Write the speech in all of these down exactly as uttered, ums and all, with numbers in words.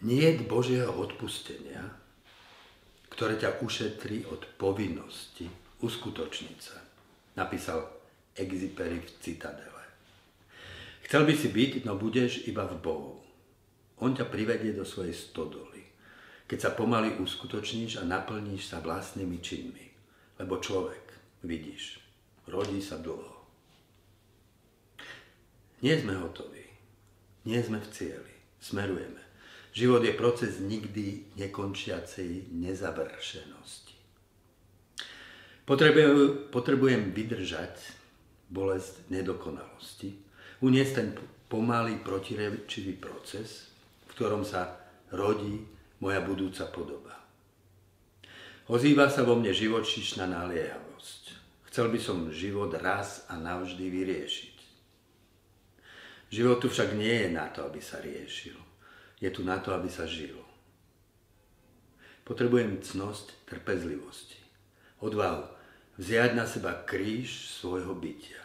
Niet Božieho odpustenia, ktoré ťa ušetrí od povinnosti uskutočniť sa, napísal Exupéry v Citadele. Chcel by si byť, no budeš iba v Bohu. On ťa privedie do svojej stodoly, keď sa pomaly uskutočníš a naplníš sa vlastnými činmi. Lebo človek, vidíš, rodí sa dlho. Nie sme hotoví, nie sme v cieli, smerujeme. Život je proces nikdy nekončiacej nezavršenosti. Potrebujem, potrebujem vydržať bolesť nedokonalosti, uniesť ten pomalý protirečivý proces, v ktorom sa rodí moja budúca podoba. Ozýva sa vo mne živočíšna naliehavosť. Chcel by som život raz a navždy vyriešiť. Život tu však nie je na to, aby sa riešil. Je tu na to, aby sa žilo. Potrebujem cnosť trpezlivosti, odvahu, vziať na seba kríž svojho bytia.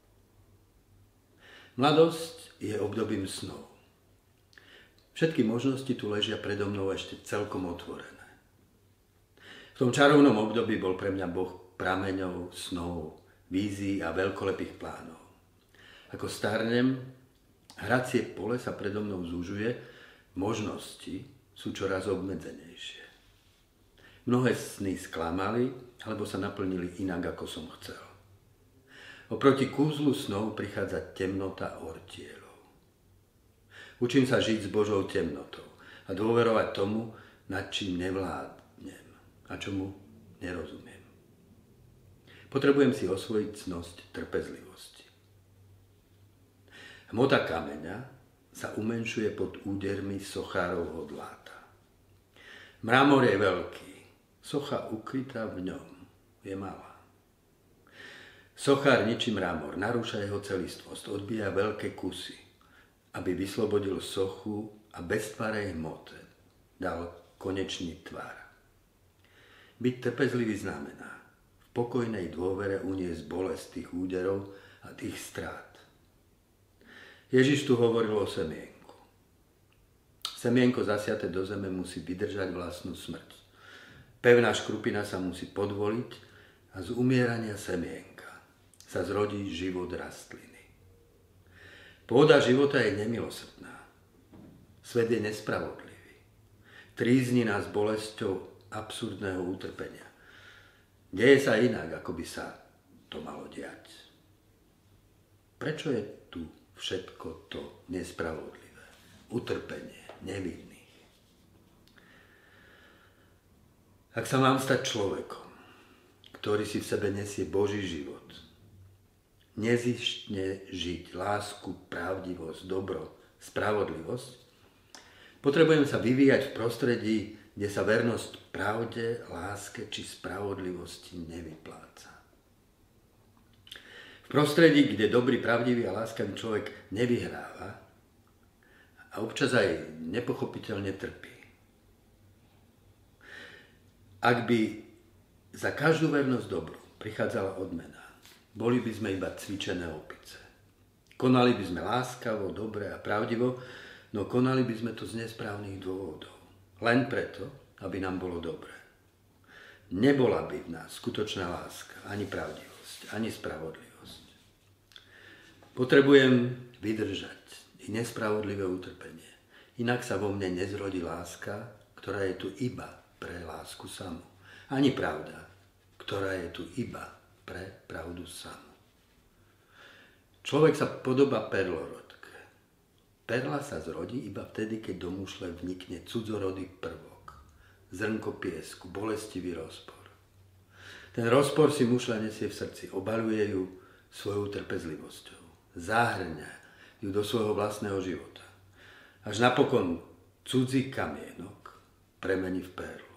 Mladosť je obdobím snov. Všetky možnosti tu ležia predo mnou ešte celkom otvorené. V tom čarovnom období bol pre mňa Boh prameňov, snov, vízií a veľkolepých plánov. Ako starnem, hracie pole sa predo mnou zúžuje, možnosti sú čoraz obmedzenejšie. Mnohé sny sklamali, alebo sa naplnili inak, ako som chcel. Oproti kúzlu snov prichádza temnota ortielov. Učím sa žiť s Božou temnotou a dôverovať tomu, nad čím nevládnem a čomu nerozumiem. Potrebujem si osvojiť cnosť trpezlivosti. Hmota kameňa sa umenšuje pod údermi sochárovho dláta. Mramor je veľký, socha ukrytá v ňom je malá. Sochár ničí mramor, narúša jeho celistvosť, odbíja veľké kusy, aby vyslobodil sochu a bez tvarej hmote dal konečný tvar. Byť trpezlivý znamená v pokojnej dôvere uniesť bolesť tých úderov a tých strát. Ježiš tu hovoril o semienku. Semienko zasiaté do zeme musí vydržať vlastnú smrť. Pevná škrupina sa musí podvoliť a z umierania semienka sa zrodí život rastliny. Pôda života je nemilosrdná. Svet je nespravodlivý. Trízni nás bolesťou absurdného utrpenia. Deje sa inak, ako by sa to malo diať. Prečo je tu všetko to nespravodlivé, utrpenie, nevinných? Ak sa mám stať človekom, ktorý si v sebe nesie Boží život, nezištne žiť lásku, pravdivosť, dobro, spravodlivosť, potrebujem sa vyvíjať v prostredí, kde sa vernosť pravde, láske či spravodlivosti nevypláca. V prostredí, kde dobrý, pravdivý a láskavý človek nevyhráva a občas aj nepochopiteľne trpí. Ak by za každú vernosť dobru prichádzala odmena, boli by sme iba cvičené opice. Konali by sme láskavo, dobre a pravdivo, no konali by sme to z nesprávnych dôvodov. Len preto, aby nám bolo dobre. Nebola by v nás skutočná láska, ani pravdivosť, ani spravodlivosť. Potrebujem vydržať i nespravodlivé utrpenie. Inak sa vo mne nezrodí láska, ktorá je tu iba pre lásku samú. Ani pravda, ktorá je tu iba pre pravdu samú. Človek sa podobá perlorodke. Perla sa zrodí iba vtedy, keď do mušle vnikne cudzorodý prvok, zrnko piesku, bolestivý rozpor. Ten rozpor si mušľa nesie v srdci, obaluje ju svojou trpezlivosťou, zahrňa ju do svojho vlastného života. Až napokon cudzí kamienok premení v perlu.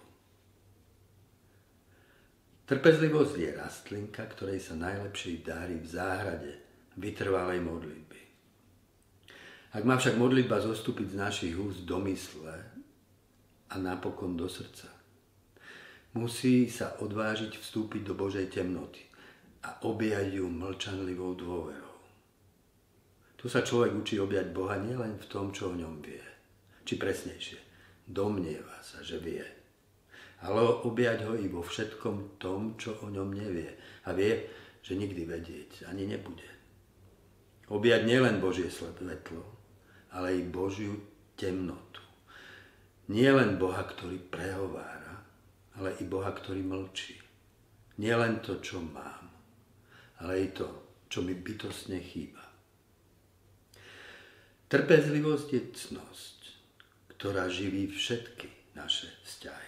Trpezlivosť je rastlinka, ktorej sa najlepšie darí v záhrade vytrvalej modlitby. Ak má však modlitba zostúpiť z našich úst do mysle a napokon do srdca, musí sa odvážiť vstúpiť do Božej temnoty a objať ju mlčanlivou dôverou. Tu sa človek učí objať Boha nielen v tom, čo o ňom vie, či presnejšie, domnieva sa, že vie. Ale objať ho i vo všetkom tom, čo o ňom nevie. A vie, že nikdy vedieť ani nebude. Objať nielen Božie svetlo, ale i Božiu temnotu. Nie len Boha, ktorý prehovára, ale i Boha, ktorý mlčí. Nie len to, čo mám, ale i to, čo mi bytostne chýba. Trpezlivosť je cnosť, ktorá živí všetky naše vzťahy.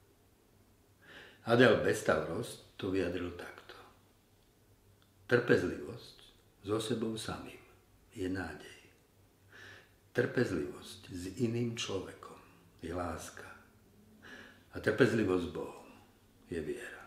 Adel Bestavros to vyjadril takto. Trpezlivosť so sebou samým je nádej. Trpezlivosť s iným človekom je láska. A trpezlivosť s Bohom je viera.